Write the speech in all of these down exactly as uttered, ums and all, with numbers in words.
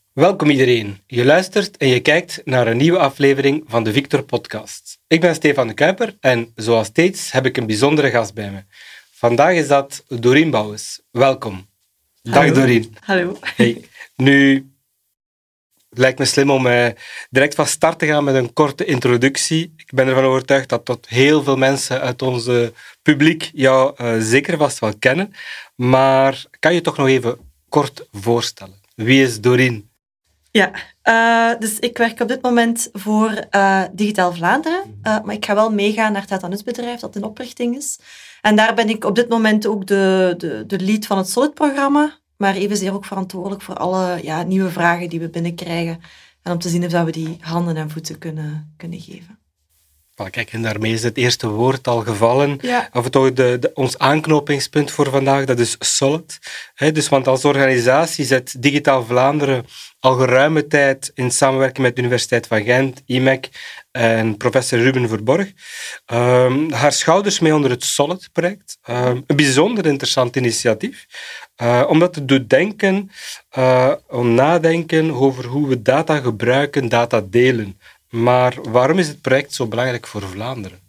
Welkom iedereen. Je luistert en je kijkt naar een nieuwe aflevering van de Victor Podcast. Ik ben Stefan de Kuiper en zoals steeds heb ik een bijzondere gast bij me. Vandaag is dat Dorien Bouwens. Welkom. Hallo. Dag Dorien. Hallo. Hey. Nu, het lijkt me slim om uh, direct van start te gaan met een korte introductie. Ik ben ervan overtuigd dat tot heel veel mensen uit ons uh, publiek jou uh, zeker vast wel kennen. Maar kan je toch nog even kort voorstellen? Wie is Dorien? Ja, uh, dus ik werk op dit moment voor uh, Digitaal Vlaanderen, uh, maar ik ga wel meegaan naar het Data Nutsbedrijf dat in oprichting is. En daar ben ik op dit moment ook de, de, de lead van het Solid-programma, maar evenzeer ook verantwoordelijk voor alle ja, nieuwe vragen die we binnenkrijgen en om te zien of we die handen en voeten kunnen, kunnen geven. Kijk, en daarmee is het eerste woord al gevallen. Ja. Of toch de, de, ons aanknopingspunt voor vandaag, dat is Solid. He, dus, want als organisatie zet Digitaal Vlaanderen al geruime tijd in samenwerking met de Universiteit van Gent, I M E C en professor Ruben Verborg, um, haar schouders mee onder het Solid-project. Um, een bijzonder interessant initiatief, uh, omdat het doet denken, uh, om nadenken over hoe we data gebruiken, data delen. Maar waarom is het project zo belangrijk voor Vlaanderen?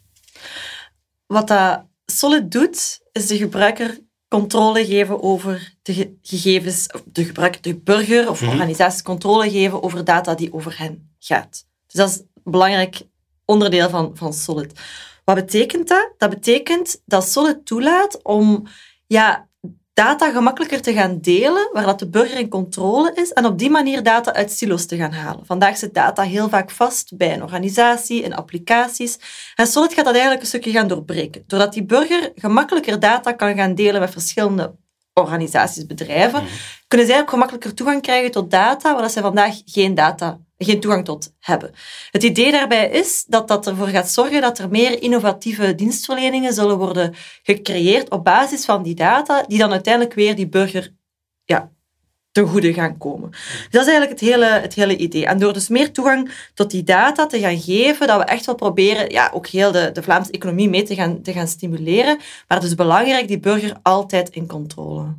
Wat dat Solid doet, is de gebruiker controle geven over de ge- gegevens, de gebruiker, de burger of mm-hmm. organisaties controle geven over data die over hen gaat. Dus dat is een belangrijk onderdeel van, van Solid. Wat betekent dat? Dat betekent dat Solid toelaat om ja, data gemakkelijker te gaan delen, waar dat de burger in controle is, en op die manier data uit silo's te gaan halen. Vandaag zit data heel vaak vast bij een organisatie, in applicaties. En Solid gaat dat eigenlijk een stukje gaan doorbreken. Doordat die burger gemakkelijker data kan gaan delen met verschillende organisaties, bedrijven, mm-hmm. kunnen zij ook gemakkelijker toegang krijgen tot data, waar zij vandaag geen data geen toegang tot hebben. Het idee daarbij is dat dat ervoor gaat zorgen dat er meer innovatieve dienstverleningen zullen worden gecreëerd op basis van die data, die dan uiteindelijk weer die burger ja, ten goede gaan komen. Dat is eigenlijk het hele, het hele idee. En door dus meer toegang tot die data te gaan geven, dat we echt wel proberen ja, ook heel de, de Vlaamse economie mee te gaan, te gaan stimuleren, maar dus belangrijk, die burger altijd in controle.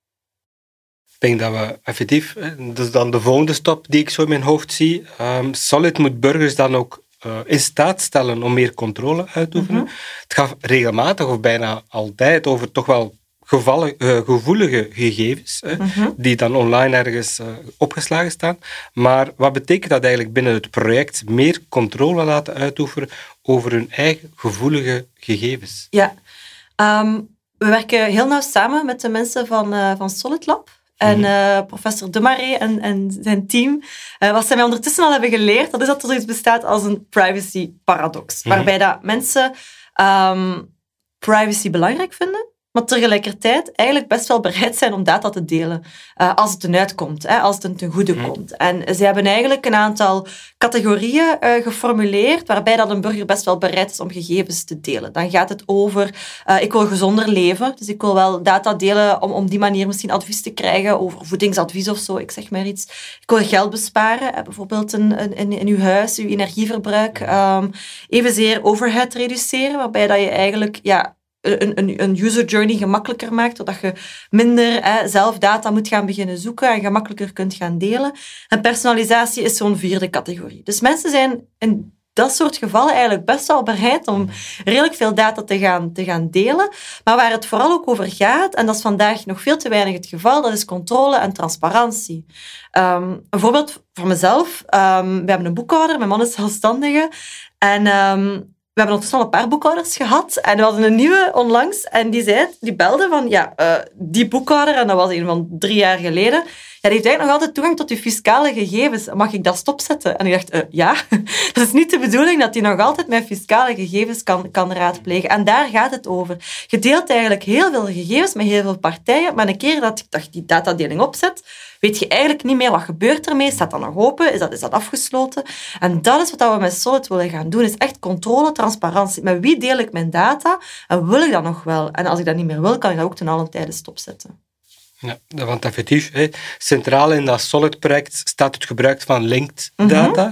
Ik denk dat we effectief, dat is dan de volgende stap die ik zo in mijn hoofd zie. Um, Solid moet burgers dan ook uh, in staat stellen om meer controle uit te oefenen. Mm-hmm. Het gaat regelmatig of bijna altijd over toch wel gevallen, uh, gevoelige gegevens, uh, mm-hmm. die dan online ergens uh, opgeslagen staan. Maar wat betekent dat eigenlijk binnen het project meer controle laten uitoefenen over hun eigen gevoelige gegevens? Ja, um, we werken heel nauw samen met de mensen van, uh, van Solid Lab. En uh, professor Demaré en, en zijn team, uh, wat zij mij ondertussen al hebben geleerd, dat is dat er zoiets bestaat als een privacy paradox. Mm-hmm. Waarbij dat mensen um, privacy belangrijk vinden, maar tegelijkertijd eigenlijk best wel bereid zijn om data te delen uh, als het ten uitkomt, hè, als het ten, ten goede mm-hmm. komt. En ze hebben eigenlijk een aantal categorieën uh, geformuleerd waarbij dat een burger best wel bereid is om gegevens te delen. Dan gaat het over, uh, ik wil gezonder leven, dus ik wil wel data delen om op die manier misschien advies te krijgen over voedingsadvies of zo, ik zeg maar iets. Ik wil geld besparen, hè, bijvoorbeeld in, in, in uw huis, uw energieverbruik. Um, evenzeer overhead reduceren, waarbij dat je eigenlijk ja, Een, een, een user journey gemakkelijker maakt, doordat je minder hè, zelf data moet gaan beginnen zoeken en gemakkelijker kunt gaan delen. En personalisatie is zo'n vierde categorie. Dus mensen zijn in dat soort gevallen eigenlijk best wel bereid om redelijk veel data te gaan, te gaan delen. Maar waar het vooral ook over gaat, en dat is vandaag nog veel te weinig het geval, dat is controle en transparantie. Um, een voorbeeld voor mezelf. Um, we hebben een boekhouder, mijn man is zelfstandige. En Um, We hebben ondertussen al een paar boekhouders gehad en we hadden een nieuwe onlangs en die zei, die belde van, ja, uh, die boekhouder, en dat was een van drie jaar geleden, ja, die heeft eigenlijk nog altijd toegang tot uw fiscale gegevens. Mag ik dat stopzetten? En ik dacht, uh, ja, dat is niet de bedoeling dat hij nog altijd mijn fiscale gegevens kan, kan raadplegen. En daar gaat het over. Je deelt eigenlijk heel veel gegevens met heel veel partijen, maar een keer dat je die datadeling opzet, weet je eigenlijk niet meer wat gebeurt ermee. Staat dat nog open? Is dat, is dat afgesloten? En dat is wat we met Solid willen gaan doen. Is echt controle, transparantie. Met wie deel ik mijn data? En wil ik dat nog wel? En als ik dat niet meer wil, kan ik dat ook ten allen tijde stopzetten. Ja, want effectief, hè, centraal in dat Solid-project staat het gebruik van linked data. Mm-hmm.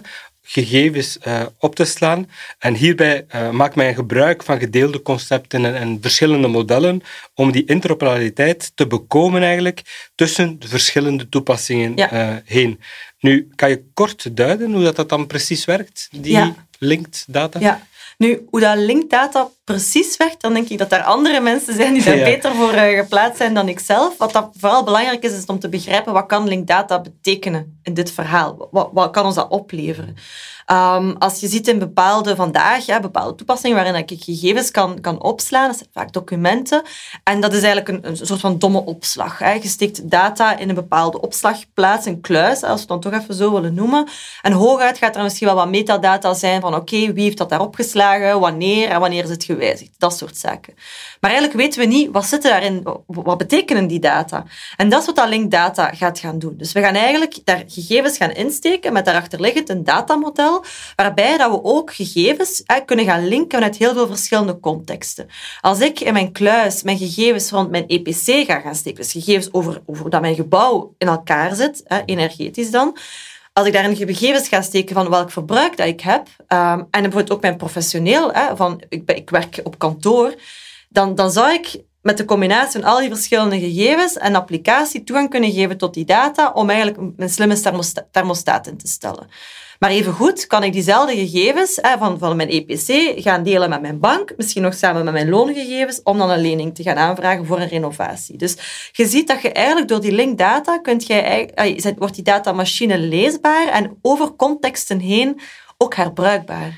gegevens uh, op te slaan. En hierbij uh, maakt men gebruik van gedeelde concepten en, en verschillende modellen om die interoperabiliteit te bekomen eigenlijk tussen de verschillende toepassingen ja. uh, heen. Nu, kan je kort duiden hoe dat, dat dan precies werkt, die ja. linked data? Ja. Nu, hoe dat linked data precies werkt, dan denk ik dat er andere mensen zijn die daar ja. beter voor uh, geplaatst zijn dan ikzelf. Wat dat vooral belangrijk is, is om te begrijpen wat kan linked data betekenen in dit verhaal. Wat, wat kan ons dat opleveren? Um, als je ziet in bepaalde vandaag, ja, bepaalde toepassingen waarin ik gegevens kan, kan opslaan, dat zijn vaak documenten, en dat is eigenlijk een, een soort van domme opslag. Hè. Je steekt data in een bepaalde opslagplaats, een kluis, als we het dan toch even zo willen noemen. En hooguit gaat er misschien wel wat metadata zijn van oké, okay, wie heeft dat daar opgeslagen, wanneer en wanneer is het gewijzigd. Dat soort zaken. Maar eigenlijk weten we niet, wat zit er daarin, wat betekenen die data? En dat is wat dat linked data gaat gaan doen. Dus we gaan eigenlijk daar gegevens gaan insteken met daarachterliggend een datamodel, waarbij dat we ook gegevens hè, kunnen gaan linken vanuit heel veel verschillende contexten. Als ik in mijn kluis mijn gegevens rond mijn E P C ga gaan steken, dus gegevens over, over dat mijn gebouw in elkaar zit, hè, energetisch dan, als ik daarin gegevens ga steken van welk verbruik dat ik heb, um, en bijvoorbeeld ook mijn professioneel, hè, van ik, ik werk op kantoor, dan, dan zou ik met de combinatie van al die verschillende gegevens en applicatie toegang kunnen geven tot die data om eigenlijk een slimme thermosta- thermostaat in te stellen. Maar evengoed kan ik diezelfde gegevens hè, van, van mijn E P C gaan delen met mijn bank, misschien nog samen met mijn loongegevens, om dan een lening te gaan aanvragen voor een renovatie. Dus je ziet dat je eigenlijk door die linked data, kunt jij, wordt die datamachine leesbaar en over contexten heen ook herbruikbaar.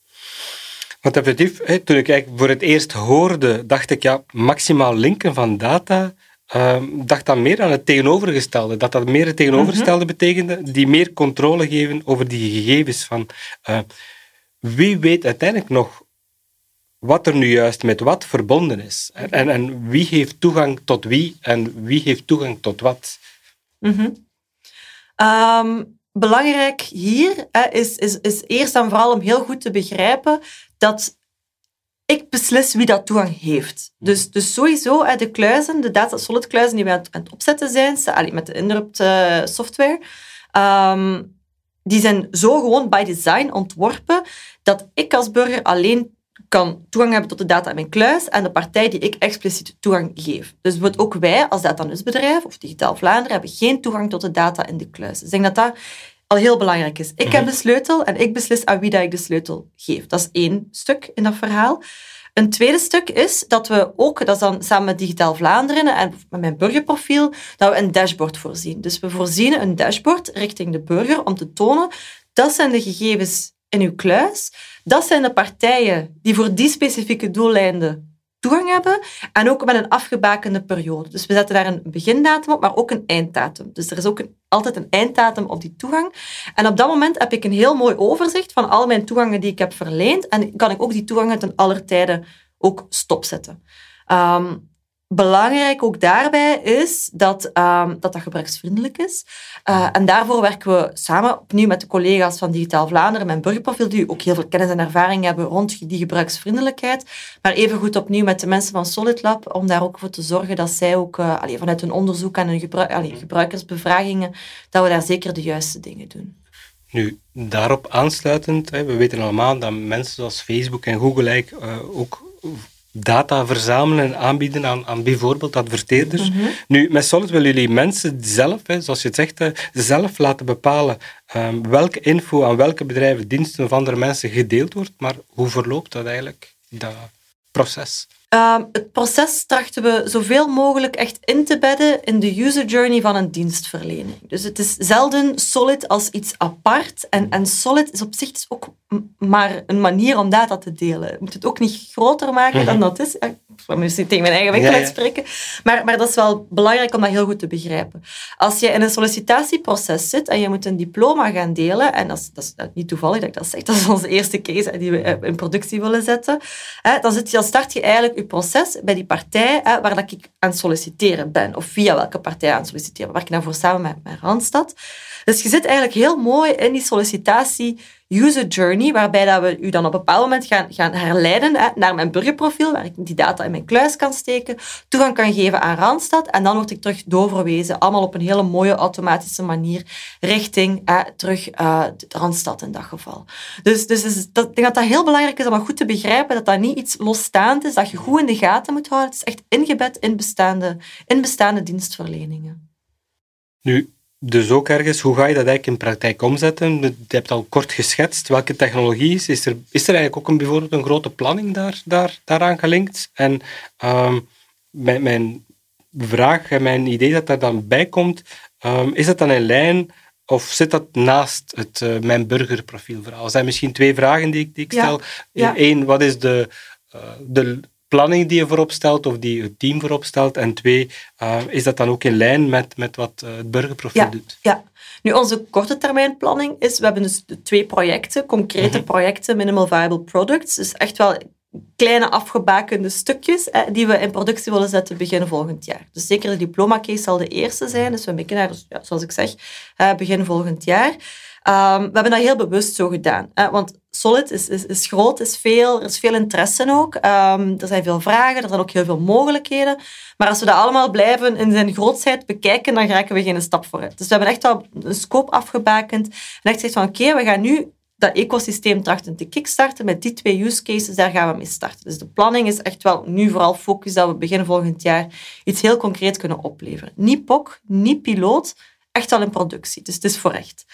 Want effectief, toen ik eigenlijk voor het eerst hoorde, dacht ik, ja, maximaal linken van data, uh, dacht dat meer aan het tegenovergestelde. Dat dat meer het tegenovergestelde mm-hmm. betekende, die meer controle geven over die gegevens van uh, wie weet uiteindelijk nog wat er nu juist met wat verbonden is. En, en, en wie heeft toegang tot wie en wie heeft toegang tot wat. Mm-hmm. Um, belangrijk hier hè, is, is, is eerst en vooral om heel goed te begrijpen dat ik beslis wie dat toegang heeft. Dus, dus sowieso, de kluizen, de data solid kluizen die we aan het opzetten zijn, met de Interrupt uh, software, um, die zijn zo gewoon by design ontworpen dat ik als burger alleen kan toegang hebben tot de data in mijn kluis en de partij die ik expliciet toegang geef. Dus ook wij als datanusbedrijf of Digitaal Vlaanderen hebben geen toegang tot de data in de kluis. Dus ik denk dat dat al heel belangrijk is. Ik mm-hmm. heb de sleutel en ik beslis aan wie dat ik de sleutel geef. Dat is één stuk in dat verhaal. Een tweede stuk is dat we ook, dat is dan samen met Digitaal Vlaanderen en met mijn burgerprofiel, dat we een dashboard voorzien. Dus we voorzien een dashboard richting de burger om te tonen, dat zijn de gegevens in uw kluis, dat zijn de partijen die voor die specifieke doeleinden toegang hebben en ook met een afgebakende periode. Dus we zetten daar een begindatum op, maar ook een einddatum. Dus er is ook een, altijd een einddatum op die toegang. En op dat moment heb ik een heel mooi overzicht van al mijn toegangen die ik heb verleend en kan ik ook die toegangen ten aller tijde ook stopzetten. Um, Belangrijk ook daarbij is dat um, dat, dat gebruiksvriendelijk is. Uh, en daarvoor werken we samen opnieuw met de collega's van Digitaal Vlaanderen, mijn burgerprofiel, die ook heel veel kennis en ervaring hebben rond die gebruiksvriendelijkheid. Maar evengoed opnieuw met de mensen van Solid Lab, om daar ook voor te zorgen dat zij ook uh, allee, vanuit hun onderzoek en hun gebruik, allee, gebruikersbevragingen, dat we daar zeker de juiste dingen doen. Nu, daarop aansluitend, hè, we weten allemaal dat mensen zoals Facebook en Google eigenlijk, uh, ook data verzamelen en aanbieden aan, aan bijvoorbeeld adverteerders. Mm-hmm. Nu, met Solid willen jullie mensen zelf, hè, zoals je het zegt, uh, zelf laten bepalen um, welke info aan welke bedrijven, diensten of andere mensen gedeeld wordt, maar hoe verloopt dat eigenlijk, dat proces? Um, het proces trachten we zoveel mogelijk echt in te bedden in de user journey van een dienstverlening. Dus het is zelden Solid als iets apart. En, en Solid is op zich dus ook m- maar een manier om data te delen. Je moet het ook niet groter maken mm-hmm. dan dat is. Ik moet misschien tegen mijn eigen winkel ja, ja. uitspreken. Maar, maar dat is wel belangrijk om dat heel goed te begrijpen. Als je in een sollicitatieproces zit en je moet een diploma gaan delen, en dat is, dat is niet toevallig dat ik dat zeg, dat is onze eerste case die we in productie willen zetten, dan, zit je, dan start je eigenlijk je proces bij die partij hè, waar dat ik aan het solliciteren ben, of via welke partij aan het solliciteren. We werken daarvoor samen met, met Randstad. Dus je zit eigenlijk heel mooi in die sollicitatie user journey, waarbij dat we u dan op een bepaald moment gaan, gaan herleiden hè, naar mijn burgerprofiel, waar ik die data in mijn kluis kan steken, toegang kan geven aan Randstad en dan word ik terug doorverwezen, allemaal op een hele mooie automatische manier, richting hè, terug uh, Randstad in dat geval. Dus, dus, dus dat, ik denk dat dat heel belangrijk is om dat goed te begrijpen, dat dat niet iets losstaand is, dat je goed in de gaten moet houden. Het is echt ingebed in bestaande, in bestaande dienstverleningen. Nu, dus ook ergens, hoe ga je dat eigenlijk in praktijk omzetten? Je hebt al kort geschetst welke technologie is. Is er, is er eigenlijk ook een, bijvoorbeeld een grote planning daar, daar, daaraan gelinkt? En um, mijn, mijn vraag en mijn idee dat daar dan bij komt, um, is dat dan in lijn of zit dat naast het uh, mijn burgerprofielverhaal? Er zijn misschien twee vragen die ik, die ik stel. Ja. Eén, ja. Wat is de, uh, de planning die je voorop stelt of die het team voorop stelt? En twee, uh, is dat dan ook in lijn met, met wat uh, het burgerprofiel ja, doet? Ja. Nu, onze korte termijn planning is, we hebben dus twee projecten, concrete mm-hmm. projecten, Minimal Viable Products. Dus echt wel kleine afgebakende stukjes eh, die we in productie willen zetten begin volgend jaar. Dus zeker de diploma-case zal de eerste zijn. Dus we mikken naar, dus, ja, zoals ik zeg, eh, begin volgend jaar. Um, we hebben dat heel bewust zo gedaan. Eh, want Solid is, is, is groot, is veel, er is veel interesse ook. Um, er zijn veel vragen, er zijn ook heel veel mogelijkheden. Maar als we dat allemaal blijven in zijn grootsheid bekijken, dan geraken we geen stap vooruit. Dus we hebben echt wel een scope afgebakend. En echt gezegd van, oké, okay, we gaan nu dat ecosysteem trachten te kickstarten. Met die twee use cases, daar gaan we mee starten. Dus de planning is echt wel nu vooral focus dat we begin volgend jaar iets heel concreet kunnen opleveren. Niet P O C, niet piloot, echt wel in productie. Dus het is voor echt.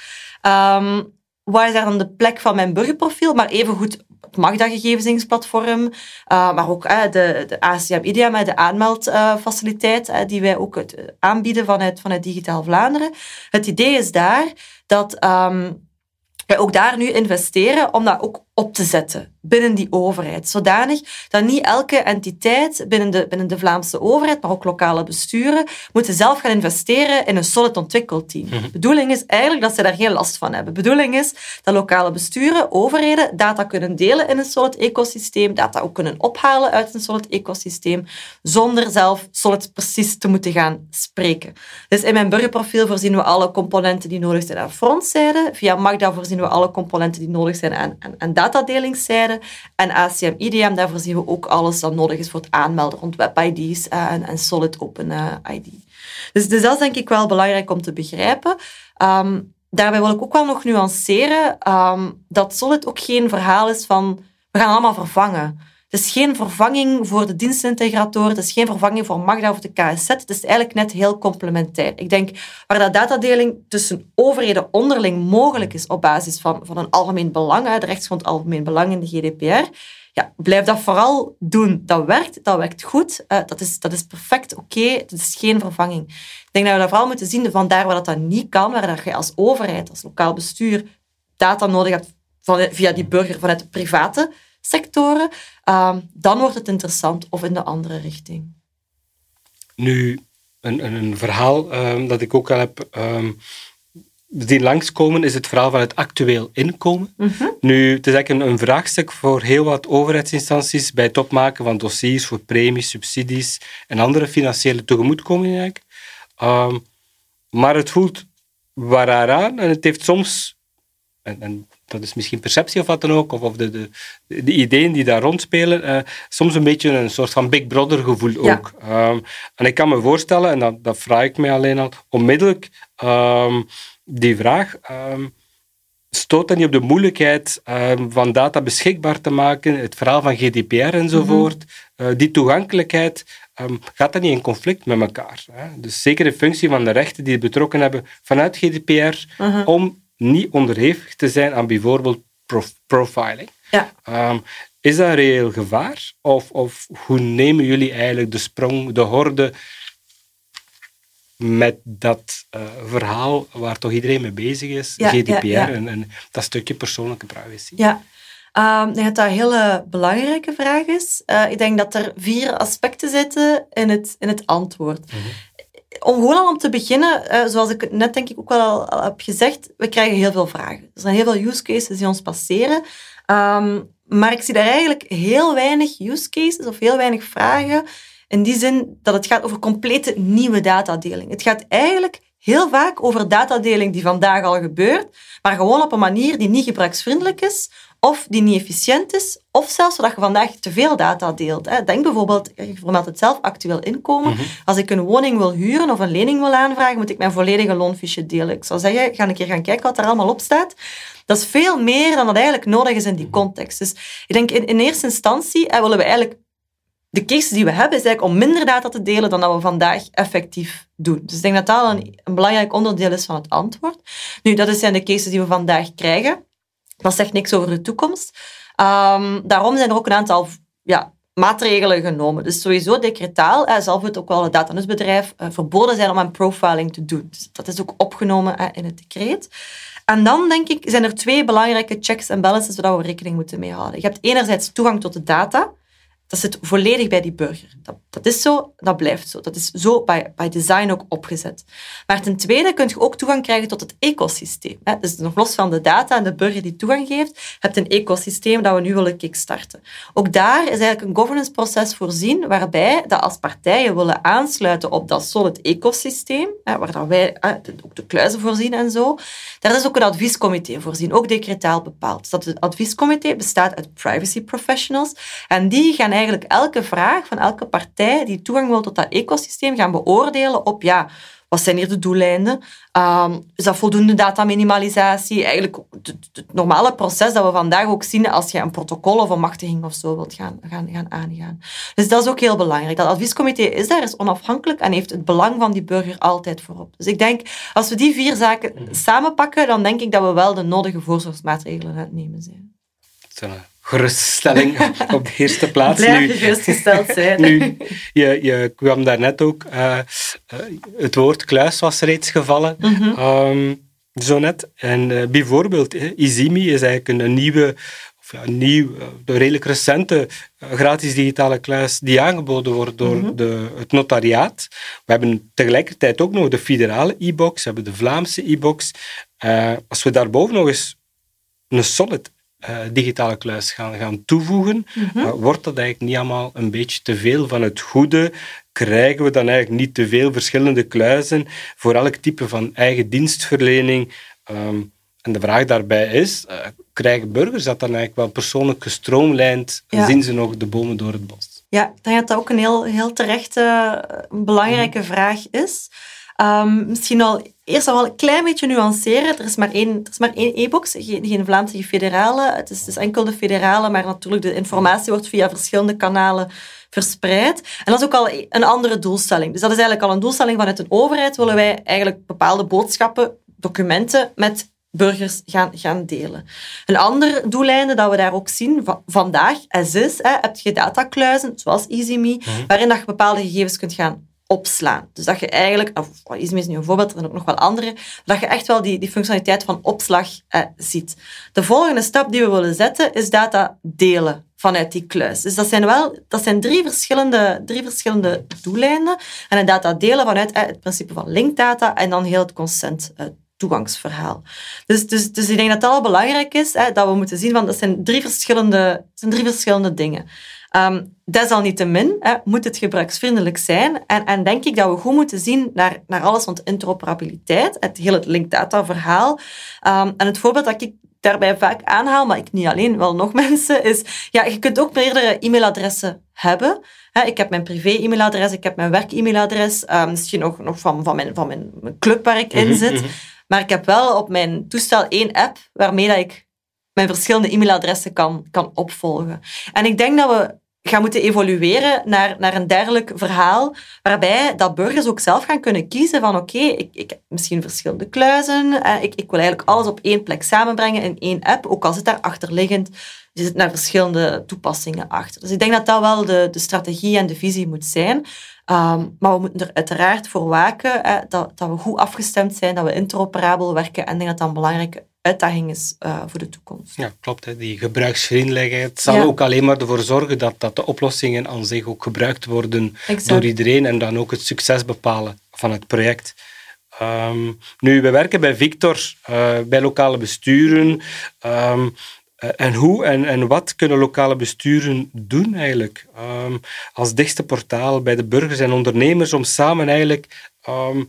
Um, waar is daar dan de plek van mijn burgerprofiel? Maar evengoed het Magda-gegevensingsplatform, uh, maar ook uh, de, de A C M I D M, de aanmeldfaciliteit, uh, die wij ook uh, aanbieden vanuit, vanuit Digitaal Vlaanderen. Het idee is daar dat um, wij ook daar nu investeren om dat ook op te zetten binnen die overheid. Zodanig dat niet elke entiteit binnen de, binnen de Vlaamse overheid, maar ook lokale besturen, moeten zelf gaan investeren in een solid ontwikkelteam. De mm-hmm. bedoeling is eigenlijk dat ze daar geen last van hebben. De bedoeling is dat lokale besturen, overheden, data kunnen delen in een solid ecosysteem, data ook kunnen ophalen uit een solid ecosysteem, zonder zelf solid precies te moeten gaan spreken. Dus in mijn burgerprofiel voorzien we alle componenten die nodig zijn aan frontzijde. Via Magda voorzien we alle componenten die nodig zijn aan, aan, aan datadelingszijde. En A C M I D M, daarvoor zien we ook alles dat nodig is voor het aanmelden rond web-I D's uh, en, en solid open uh, I D. Dus, dus dat is denk ik wel belangrijk om te begrijpen. Um, daarbij wil ik ook wel nog nuanceren um, dat solid ook geen verhaal is van we gaan allemaal vervangen. Het is geen vervanging voor de dienstintegrator, het is geen vervanging voor Magda of de K S Z. Het is eigenlijk net heel complementair. Ik denk, waar dat datadeling tussen overheden onderling mogelijk is op basis van, van een algemeen belang, de rechtsgrond algemeen belang in de G D P R, ja, blijf dat vooral doen. Dat werkt, dat werkt goed, uh, dat, is, dat is perfect oké, okay, het is geen vervanging. Ik denk dat we dat vooral moeten zien, vandaar waar dat, dat niet kan, waar dat je als overheid, als lokaal bestuur, data nodig hebt van, via die burger vanuit de private sectoren, um, dan wordt het interessant of in de andere richting. Nu, een, een, een verhaal um, dat ik ook al heb um, zien langskomen, is het verhaal van het actueel inkomen. Mm-hmm. Nu, het is eigenlijk een, een vraagstuk voor heel wat overheidsinstanties bij het opmaken van dossiers voor premies, subsidies en andere financiële tegemoetkomingen eigenlijk. Um, maar het voelt waar aan en het heeft soms... En, en dat is misschien perceptie of wat dan ook, of, of de, de, de ideeën die daar rondspelen, uh, soms een beetje een soort van Big Brother gevoel ja. ook. Um, en ik kan me voorstellen, en dat, dat vraag ik mij alleen al, onmiddellijk um, die vraag, um, stoot dat niet op de moeilijkheid um, van data beschikbaar te maken, het verhaal van G D P R enzovoort, mm-hmm. uh, die toegankelijkheid, um, gaat dat niet in conflict met elkaar? Hè? Dus zeker in functie van de rechten die betrokken hebben vanuit G D P R, mm-hmm. om niet onderhevig te zijn aan bijvoorbeeld prof- profiling. Ja. Um, is dat een reëel gevaar? Of, of hoe nemen jullie eigenlijk de sprong, de horde met dat uh, verhaal waar toch iedereen mee bezig is, ja, G D P R ja, ja. En, en dat stukje persoonlijke privacy? Ja, um, ik denk dat dat een hele belangrijke vraag is. Uh, ik denk dat er vier aspecten zitten in het, in het antwoord. Mm-hmm. Om gewoon al om te beginnen, uh, zoals ik net denk ik ook wel al, al heb gezegd, we krijgen heel veel vragen. Er zijn heel veel use cases die ons passeren. Um, maar ik zie daar eigenlijk heel weinig use cases of heel weinig vragen in die zin dat het gaat over complete nieuwe datadeling. Het gaat eigenlijk heel vaak over datadeling die vandaag al gebeurt, maar gewoon op een manier die niet gebruiksvriendelijk is, of die niet efficiënt is, of zelfs zodat je vandaag te veel data deelt. Denk bijvoorbeeld, je vermeldt het zelf, actueel inkomen. Mm-hmm. Als ik een woning wil huren of een lening wil aanvragen, moet ik mijn volledige loonfiche delen. Ik zou zeggen, ga een keer gaan kijken wat er allemaal op staat. Dat is veel meer dan dat eigenlijk nodig is in die context. Dus ik denk, in, in eerste instantie eh, willen we eigenlijk... De case die we hebben is eigenlijk om minder data te delen dan dat we vandaag effectief doen. Dus ik denk dat dat een, een belangrijk onderdeel is van het antwoord. Nu, dat zijn de cases die we vandaag krijgen. Dat zegt niks over de toekomst. Um, daarom zijn er ook een aantal ja, maatregelen genomen. Dus sowieso decretaal, eh, zal het ook wel het datanusbedrijf uh, verboden zijn om aan profiling te doen. Dus dat is ook opgenomen eh, in het decreet. En dan, denk ik, zijn er twee belangrijke checks en balances waar we rekening moeten mee houden. Je hebt enerzijds toegang tot de data. Dat zit volledig bij die burger. Dat, dat is zo, dat blijft zo. Dat is zo by, by design ook opgezet. Maar ten tweede kun je ook toegang krijgen tot het ecosysteem. Dus nog los van de data en de burger die toegang geeft, heb je een ecosysteem dat we nu willen kickstarten. Ook daar is eigenlijk een governance-proces voorzien waarbij dat als partijen willen aansluiten op dat solid ecosysteem, waar dat wij ook de kluizen voorzien en zo, daar is ook een adviescomité voorzien, ook decretaal bepaald. Dus dat het adviescomité bestaat uit privacy professionals en die gaan eigenlijk elke vraag van elke partij die toegang wil tot dat ecosysteem gaan beoordelen op, ja, wat zijn hier de doeleinden? Um, is dat voldoende dataminimalisatie? Eigenlijk het, het normale proces dat we vandaag ook zien als je een protocol of een machtiging of zo wilt gaan, gaan, gaan aangaan. Dus dat is ook heel belangrijk. Dat adviescomité is daar, is onafhankelijk en heeft het belang van die burger altijd voorop. Dus ik denk, als we die vier zaken samenpakken, dan denk ik dat we wel de nodige voorzorgsmaatregelen aan het nemen zijn. Geruststelling op de eerste plaats. Blijf je gerustgesteld zijn. Nu, je, je kwam daarnet ook, uh, uh, het woord kluis was reeds gevallen, mm-hmm. um, zo net. En uh, bijvoorbeeld, uh, Izimi is eigenlijk een, een nieuwe, of ja, nieuw, uh, de redelijk recente uh, gratis digitale kluis die aangeboden wordt door mm-hmm. de, het notariaat. We hebben tegelijkertijd ook nog de federale e-box, we hebben de Vlaamse e-box. Uh, als we daarboven nog eens een solid Uh, digitale kluis gaan, gaan toevoegen, mm-hmm. uh, wordt dat eigenlijk niet allemaal een beetje te veel van het goede? Krijgen we dan eigenlijk niet te veel verschillende kluizen voor elk type van eigen dienstverlening? Um, en de vraag daarbij is, uh, krijgen burgers dat dan eigenlijk wel persoonlijk gestroomlijnd? Ja. Zien ze nog de bomen door het bos? Ja, ik denk dat dat ook een heel, heel terechte, een belangrijke mm-hmm. vraag is. Um, misschien al eerst al wel een klein beetje nuanceren. Er is maar één, er is maar één e-box, geen, geen Vlaamse, geen federale. Het is, het is enkel de federale, maar natuurlijk de informatie wordt via verschillende kanalen verspreid. En dat is ook al een andere doelstelling. Dus dat is eigenlijk al een doelstelling vanuit een overheid. Willen wij eigenlijk bepaalde boodschappen, documenten met burgers gaan, gaan delen. Een ander doeleinde dat we daar ook zien va- vandaag, as is, hè, heb je datakluizen, zoals Izimi, mm-hmm. waarin dat je bepaalde gegevens kunt gaan opslaan. Dus dat je eigenlijk, of Izimi is nu een voorbeeld, er zijn ook nog wel andere, dat je echt wel die, die functionaliteit van opslag eh, ziet. De volgende stap die we willen zetten, is data delen vanuit die kluis. Dus dat zijn wel, dat zijn drie verschillende, drie verschillende doeleinden. En een data delen vanuit eh, het principe van linkdata en dan heel het consent eh, toegangsverhaal. Dus, dus, dus ik denk dat dat al belangrijk is, hè, dat we moeten zien, want dat zijn drie verschillende, dat zijn drie verschillende dingen. Um, desalniettemin hè, moet het gebruiksvriendelijk zijn en, en denk ik dat we goed moeten zien naar, naar alles rond interoperabiliteit, het hele het linkdata-verhaal. Um, en het voorbeeld dat ik daarbij vaak aanhaal, maar ik niet alleen, wel nog mensen, is ja, je kunt ook meerdere e-mailadressen hebben. He, ik heb mijn privé-e-mailadres, ik heb mijn werk-e-mailadres, uh, misschien nog, nog van, van, mijn, van mijn, mijn club waar ik in zit. Maar ik heb wel op mijn toestel één app waarmee dat ik mijn verschillende e-mailadressen kan, kan opvolgen. En ik denk dat we gaan moeten evolueren naar, naar een dergelijk verhaal, waarbij dat burgers ook zelf gaan kunnen kiezen van oké, okay, ik, ik heb misschien verschillende kluizen, eh, ik, ik wil eigenlijk alles op één plek samenbrengen in één app, ook al zit daar achterliggend, er zitten naar verschillende toepassingen achter. Dus ik denk dat dat wel de, de strategie en de visie moet zijn. Um, maar we moeten er uiteraard voor waken eh, dat, dat we goed afgestemd zijn, dat we interoperabel werken en ik denk dat dat een belangrijke uitdaging is uh, voor de toekomst. Ja, klopt. Hè. Die gebruiksvriendelijkheid zal ja. ook alleen maar ervoor zorgen dat, dat de oplossingen aan zich ook gebruikt worden exact. Door iedereen en dan ook het succes bepalen van het project. Um, nu, we werken bij Victor, uh, bij lokale besturen. Um, En hoe en, en wat kunnen lokale besturen doen eigenlijk um, als dichtste portaal bij de burgers en ondernemers om samen eigenlijk um,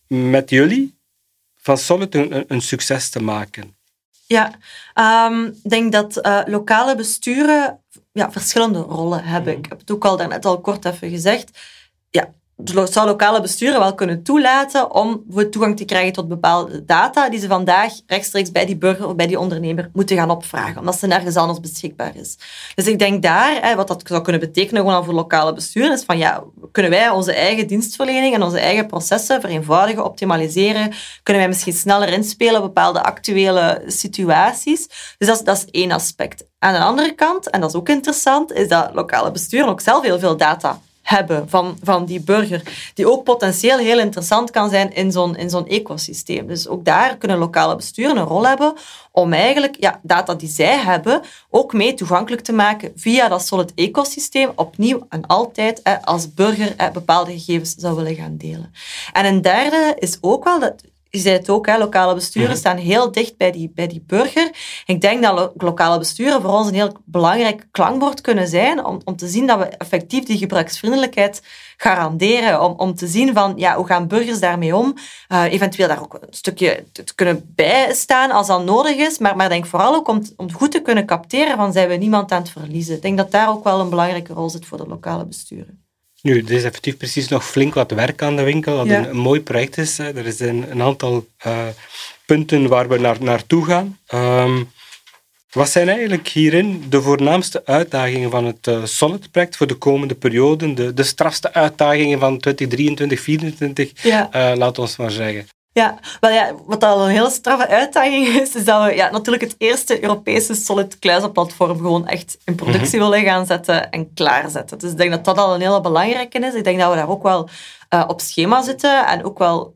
met jullie van Solid een, een succes te maken? Ja, um, ik denk dat uh, lokale besturen ja, verschillende rollen hebben. Ik heb het ook al daarnet al kort even gezegd. Ja, het zou lokale besturen wel kunnen toelaten om toegang te krijgen tot bepaalde data die ze vandaag rechtstreeks bij die burger of bij die ondernemer moeten gaan opvragen, omdat ze nergens anders beschikbaar is. Dus ik denk daar, wat dat zou kunnen betekenen gewoon al voor lokale besturen, is van ja, kunnen wij onze eigen dienstverlening en onze eigen processen vereenvoudigen, optimaliseren? Kunnen wij misschien sneller inspelen op bepaalde actuele situaties? Dus dat is, dat is één aspect. Aan de andere kant, en dat is ook interessant, is dat lokale besturen ook zelf heel veel data hebben van, van die burger, die ook potentieel heel interessant kan zijn in zo'n, in zo'n ecosysteem. Dus ook daar kunnen lokale besturen een rol hebben om eigenlijk ja, data die zij hebben ook mee toegankelijk te maken via dat Solid ecosysteem, opnieuw en altijd hè, als burger hè, bepaalde gegevens zou willen gaan delen. En een derde is ook wel dat. Je zei het ook, hè, lokale besturen staan heel dicht bij die, bij die burger. Ik denk dat lo- lokale besturen voor ons een heel belangrijk klankbord kunnen zijn om, om te zien dat we effectief die gebruiksvriendelijkheid garanderen. Om, om te zien van, ja, hoe gaan burgers daarmee om? Uh, eventueel daar ook een stukje te kunnen bijstaan als dat nodig is. Maar, maar denk vooral ook om, om goed te kunnen capteren van, zijn we niemand aan het verliezen? Ik denk dat daar ook wel een belangrijke rol zit voor de lokale besturen. Nu, er is effectief precies nog flink wat werk aan de winkel, wat ja. een, een mooi project is. Hè. Er zijn een aantal uh, punten waar we naar, naartoe gaan. Um, wat zijn eigenlijk hierin de voornaamste uitdagingen van het uh, Solid-project voor de komende periode? De, de strafste uitdagingen van twintig drieëntwintig, vierentwintig, ja. uh, laat ons maar zeggen. Ja, wel ja, wat al een hele straffe uitdaging is, is dat we ja, natuurlijk het eerste Europese Solid kluizenplatform gewoon echt in productie mm-hmm. willen gaan zetten en klaarzetten. Dus ik denk dat dat al een hele belangrijke is. Ik denk dat we daar ook wel uh, op schema zitten en ook wel,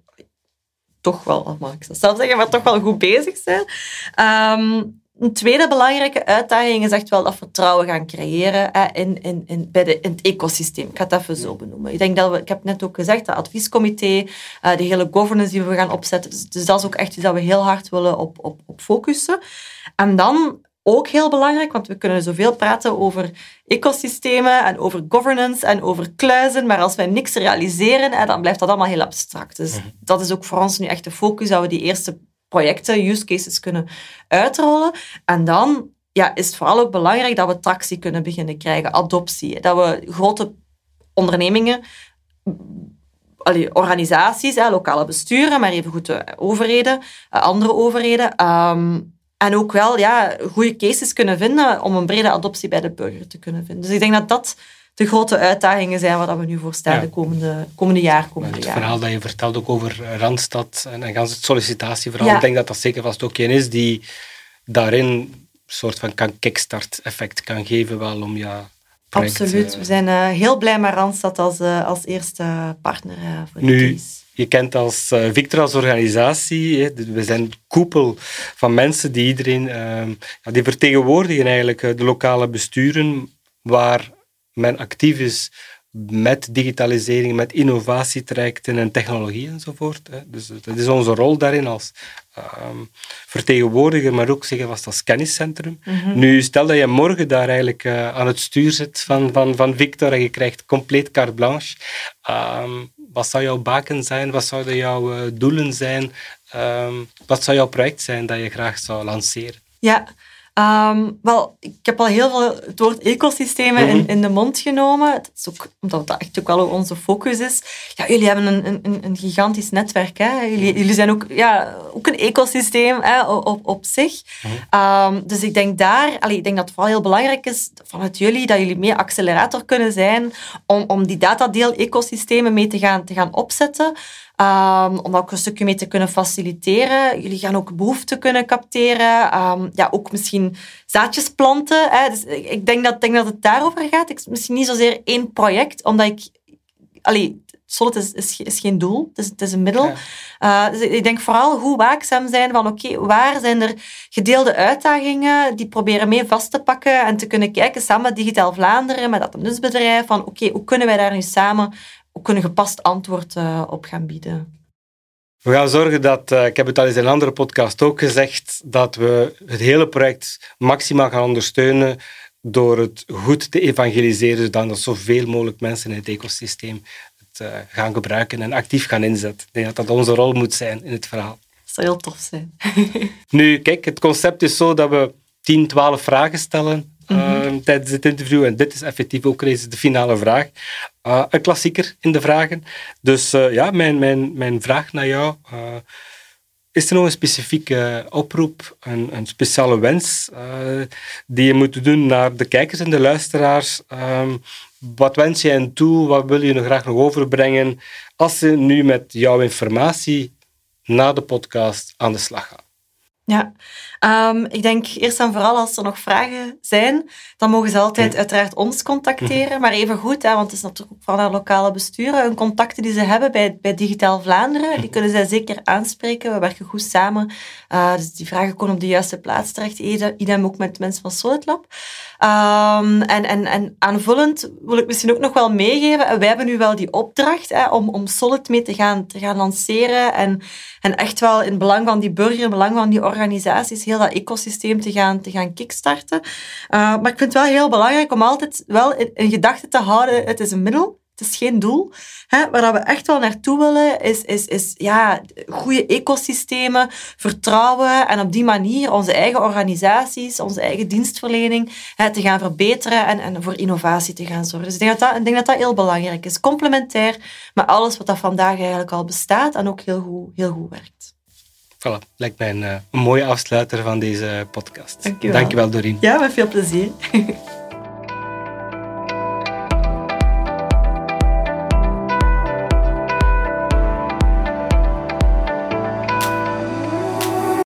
toch wel, mag ik dat zelf zeggen, maar toch wel goed bezig zijn. Um, Een tweede belangrijke uitdaging is echt wel dat vertrouwen gaan creëren hè, in, in, in, bij de, in het ecosysteem. Ik ga het even zo benoemen. Ik denk dat we, ik heb net ook gezegd, dat adviescomité, uh, de hele governance die we gaan opzetten. Dus, dus dat is ook echt iets dat we heel hard willen op, op, op focussen. En dan ook heel belangrijk, want we kunnen zoveel praten over ecosystemen en over governance en over kluizen, maar als wij niks realiseren, hè, dan blijft dat allemaal heel abstract. Dus dat is ook voor ons nu echt de focus, dat we die eerste projecten, use cases kunnen uitrollen. En dan ja, is het vooral ook belangrijk dat we tractie kunnen beginnen krijgen, adoptie. Dat we grote ondernemingen, allee, organisaties, hè, lokale besturen, maar even goed de overheden, andere overheden, um, en ook wel ja, goede cases kunnen vinden om een brede adoptie bij de burger te kunnen vinden. Dus ik denk dat dat de grote uitdagingen zijn waar we nu voor staan ja. de komende, komende jaar. Komende het jaar. verhaal dat je vertelt ook over Randstad en, en gans het sollicitatieverhaal, ja. ik denk dat dat zeker vast ook een is die daarin een soort van kickstart-effect kan geven wel om ja, project, absoluut. Uh, we zijn uh, heel blij met Randstad als, uh, als eerste partner uh, voor de nu, case. Je kent als uh, Victor als organisatie, hè, we zijn een koepel van mensen die iedereen, uh, ja, die vertegenwoordigen eigenlijk uh, de lokale besturen waar men actief is met digitalisering, met innovatietrajecten en technologie enzovoort. Dus dat is onze rol daarin als um, vertegenwoordiger, maar ook zeggen vast als kenniscentrum. Mm-hmm. Nu, stel dat je morgen daar eigenlijk uh, aan het stuur zit van, van, van Victor en je krijgt compleet carte blanche. Um, wat zou jouw baken zijn? Wat zouden jouw uh, doelen zijn? Um, wat zou jouw project zijn dat je graag zou lanceren? Ja, Um, wel, ik heb al heel veel het woord ecosystemen mm-hmm. in, in de mond genomen. Dat is ook omdat dat echt ook wel onze focus is. Ja, jullie hebben een, een, een gigantisch netwerk. Hè? Jullie, jullie zijn ook, ja, ook een ecosysteem hè, op, op zich. Mm-hmm. Um, dus ik denk daar, allee, ik denk dat het vooral heel belangrijk is vanuit jullie dat jullie meer accelerator kunnen zijn om, om die datadeel-ecosystemen mee te gaan, te gaan opzetten. Um, om ook een stukje mee te kunnen faciliteren. Jullie gaan ook behoeften kunnen capteren. Um, ja, ook misschien zaadjes planten. Hè. Dus ik denk dat, denk dat het daarover gaat. Ik, misschien niet zozeer één project, omdat ik... Allee, Solid is, is, is geen doel, het is, het is een middel. Ja. Uh, dus ik denk vooral hoe waakzaam zijn van oké, okay, waar zijn er gedeelde uitdagingen die proberen mee vast te pakken en te kunnen kijken samen met Digitaal Vlaanderen, met dat nutsbedrijf, van oké, okay, hoe kunnen wij daar nu samen ook een gepast antwoord uh, op gaan bieden. We gaan zorgen dat, uh, ik heb het al eens in een andere podcast ook gezegd, dat we het hele project maximaal gaan ondersteunen door het goed te evangeliseren, zodat zoveel mogelijk mensen in het ecosysteem echt uh, gaan gebruiken en actief gaan inzetten. Ik denk dat dat onze rol moet zijn in het verhaal. Dat zou heel tof zijn. Nu, kijk, het concept is zo dat we tien, twaalf vragen stellen uh, mm-hmm. tijdens het interview. En dit is effectief ook reeds de finale vraag. Uh, een klassieker in de vragen. Dus uh, ja, mijn, mijn, mijn vraag naar jou... Uh, Is er nog een specifieke oproep, een, een speciale wens uh, die je moet doen naar de kijkers en de luisteraars? Um, wat wens je hen toe? Wat wil je nog graag nog overbrengen als ze nu met jouw informatie na de podcast aan de slag gaan? Ja, um, ik denk eerst en vooral als er nog vragen zijn, dan mogen ze altijd mm. uiteraard ons contacteren. Mm. Maar even goed, hè, want het is natuurlijk ook van haar lokale besturen, hun contacten die ze hebben bij, bij Digitaal Vlaanderen, die kunnen zij zeker aanspreken. We werken goed samen. Uh, dus die vragen komen op de juiste plaats terecht. Idem ook met mensen van Solid Lab. Um, en, en, en aanvullend wil ik misschien ook nog wel meegeven, wij hebben nu wel die opdracht hè, om, om Solid mee te gaan, te gaan lanceren en, en echt wel in het belang van die burger, in het belang van die organisaties, heel dat ecosysteem te gaan, te gaan kickstarten. Uh, maar ik vind het wel heel belangrijk om altijd wel in, in gedachten te houden, het is een middel, het is geen doel. Hè, waar we echt wel naartoe willen, is, is, is ja, goede ecosystemen, vertrouwen en op die manier onze eigen organisaties, onze eigen dienstverlening hè, te gaan verbeteren en, en voor innovatie te gaan zorgen. Dus ik denk dat dat, ik denk dat dat heel belangrijk is. Complementair met alles wat dat vandaag eigenlijk al bestaat en ook heel goed, heel goed werkt. Voilà, lijkt mij een, een mooie afsluiter van deze podcast. Dank je wel. Dank je wel, Dorien. Ja, met veel plezier.